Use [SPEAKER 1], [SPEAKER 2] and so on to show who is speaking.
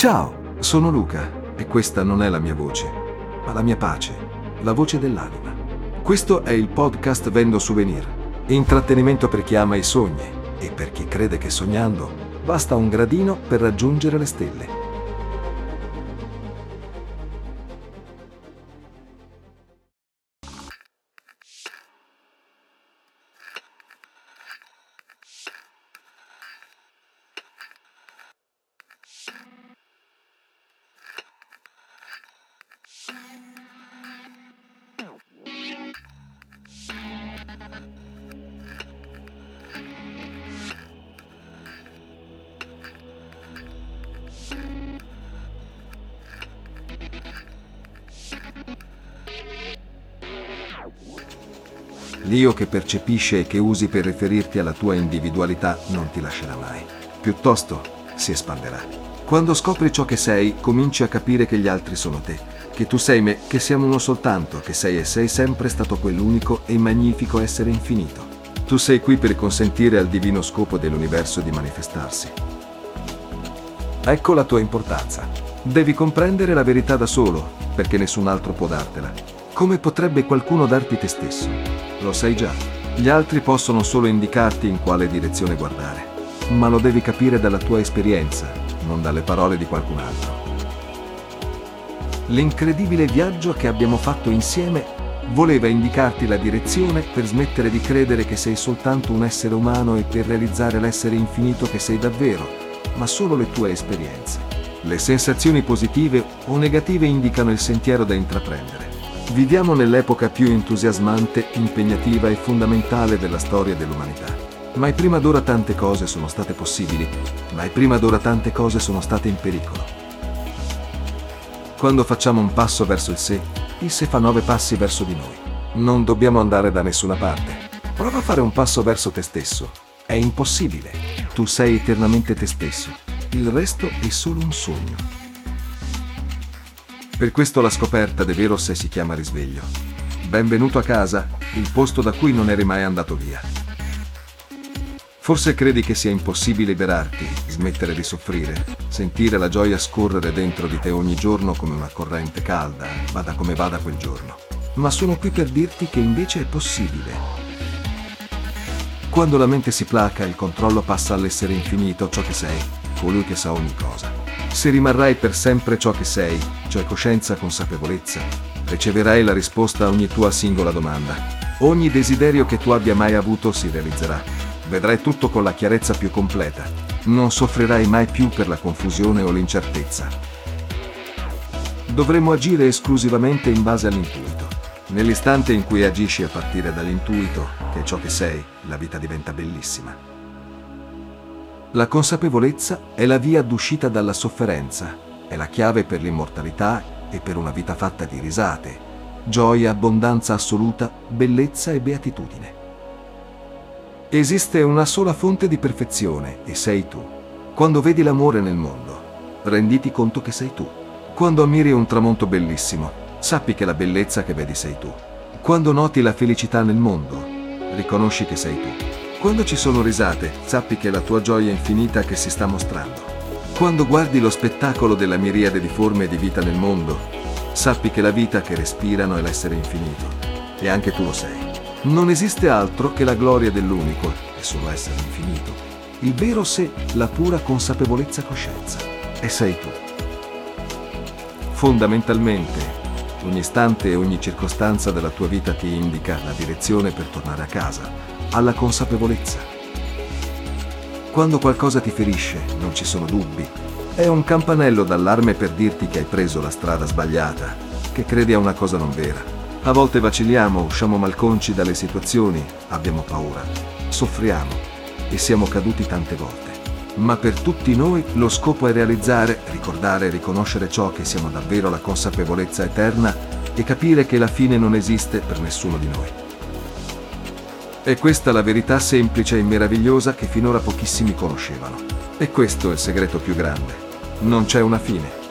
[SPEAKER 1] Ciao, sono Luca e questa non è la mia voce, ma la mia pace, la voce dell'anima. Questo è il podcast Vendo Souvenir, intrattenimento per chi ama i sogni e per chi crede che sognando basta un gradino per raggiungere le stelle. L'io che percepisce e che usi per riferirti alla tua individualità non ti lascerà mai. Piuttosto, si espanderà. Quando scopri ciò che sei, cominci a capire che gli altri sono te, che tu sei me, che siamo uno soltanto, che sei e sei sempre stato quell'unico e magnifico essere infinito. Tu sei qui per consentire al divino scopo dell'universo di manifestarsi. Ecco la tua importanza. Devi comprendere la verità da solo, perché nessun altro può dartela. Come potrebbe qualcuno darti te stesso? Lo sai già. Gli altri possono solo indicarti in quale direzione guardare, ma lo devi capire dalla tua esperienza, non dalle parole di qualcun altro. L'incredibile viaggio che abbiamo fatto insieme voleva indicarti la direzione per smettere di credere che sei soltanto un essere umano e per realizzare l'essere infinito che sei davvero, ma solo le tue esperienze. Le sensazioni positive o negative indicano il sentiero da intraprendere. Viviamo nell'epoca più entusiasmante, impegnativa e fondamentale della storia dell'umanità. Mai prima d'ora tante cose sono state possibili, mai prima d'ora tante cose sono state in pericolo. Quando facciamo un passo verso il sé fa 9 passi verso di noi. Non dobbiamo andare da nessuna parte. Prova a fare un passo verso te stesso. È impossibile. Tu sei eternamente te stesso. Il resto è solo un sogno. Per questo la scoperta del vero sé si chiama risveglio. Benvenuto a casa, il posto da cui non eri mai andato via. Forse credi che sia impossibile liberarti, smettere di soffrire, sentire la gioia scorrere dentro di te ogni giorno come una corrente calda, vada come vada quel giorno. Ma sono qui per dirti che invece è possibile. Quando la mente si placa, il controllo passa all'essere infinito, ciò che sei, colui che sa ogni cosa. Se rimarrai per sempre ciò che sei, cioè coscienza, consapevolezza, riceverai la risposta a ogni tua singola domanda. Ogni desiderio che tu abbia mai avuto si realizzerà. Vedrai tutto con la chiarezza più completa. Non soffrirai mai più per la confusione o l'incertezza. Dovremo agire esclusivamente in base all'intuito. Nell'istante in cui agisci a partire dall'intuito, che è ciò che sei, la vita diventa bellissima. La consapevolezza è la via d'uscita dalla sofferenza, è la chiave per l'immortalità e per una vita fatta di risate, gioia, abbondanza assoluta, bellezza e beatitudine. Esiste una sola fonte di perfezione e sei tu. Quando vedi l'amore nel mondo, renditi conto che sei tu. Quando ammiri un tramonto bellissimo, sappi che la bellezza che vedi sei tu. Quando noti la felicità nel mondo, riconosci che sei tu. Quando ci sono risate, sappi che è la tua gioia infinita che si sta mostrando. Quando guardi lo spettacolo della miriade di forme di vita nel mondo, sappi che la vita che respirano è l'essere infinito. E anche tu lo sei. Non esiste altro che la gloria dell'unico, è solo essere infinito. Il vero sé, la pura consapevolezza coscienza. E sei tu. Fondamentalmente, ogni istante e ogni circostanza della tua vita ti indica la direzione per tornare a casa, alla consapevolezza. Quando qualcosa ti ferisce, non ci sono dubbi. È un campanello d'allarme per dirti che hai preso la strada sbagliata, che credi a una cosa non vera. A volte vacilliamo, usciamo malconci dalle situazioni, abbiamo paura, soffriamo e siamo caduti tante volte. Ma per tutti noi lo scopo è realizzare, ricordare e riconoscere ciò che siamo davvero, la consapevolezza eterna, e capire che la fine non esiste per nessuno di noi. È questa la verità semplice e meravigliosa che finora pochissimi conoscevano. E questo è il segreto più grande. Non c'è una fine.